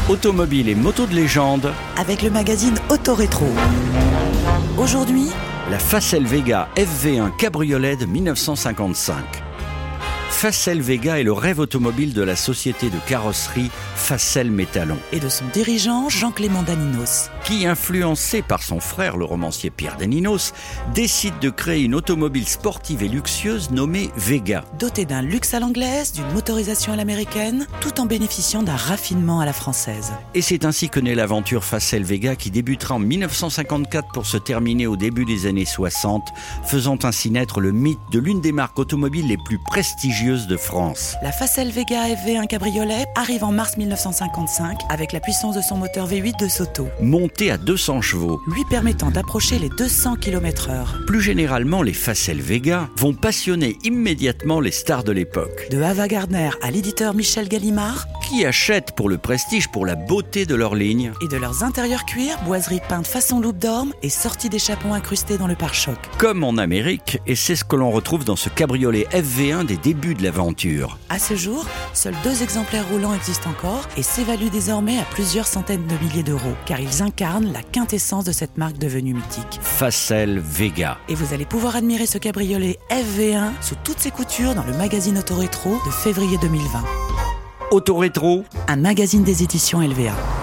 Automobile et moto de légende, avec le magazine Auto Rétro. Aujourd'hui, la Facel Vega FV1 cabriolet de 1955. Facel Vega est le rêve automobile de la société de carrosserie Facel Métalon, et de son dirigeant Jean-Clément Daninos, qui, influencé par son frère le romancier Pierre Daninos, décide de créer une automobile sportive et luxueuse nommée Vega. doté d'un luxe à l'anglaise, d'une motorisation à l'américaine, tout en bénéficiant d'un raffinement à la française. Et c'est ainsi que naît l'aventure Facel Vega qui débutera en 1954 pour se terminer au début des années 60, faisant ainsi naître le mythe de l'une des marques automobiles les plus prestigieuses de France. La Facel Vega FV1 cabriolet arrive en mars 1955 avec la puissance de son moteur V8 de Soto, Montée à 200 chevaux. lui permettant d'approcher les 200 km/h. Plus généralement, les Facel Vega vont passionner immédiatement les stars de l'époque, De Ava Gardner à l'éditeur Michel Gallimard qui achètent pour le prestige, pour la beauté de leur ligne. et de leurs intérieurs cuir, boiseries peintes façon loupe d'orme et sorties d'échappements incrustés dans le pare-choc. Comme en Amérique, et c'est ce que l'on retrouve dans ce cabriolet FV1 des débuts de l'aventure. À ce jour, seuls 2 exemplaires roulants existent encore et s'évaluent désormais à plusieurs centaines de milliers d'euros, car ils incarnent la quintessence de cette marque devenue mythique. Facel Vega. Et vous allez pouvoir admirer ce cabriolet FV1 sous toutes ses coutures dans le magazine Auto Rétro de février 2020. Auto Rétro, Un magazine des éditions LVA.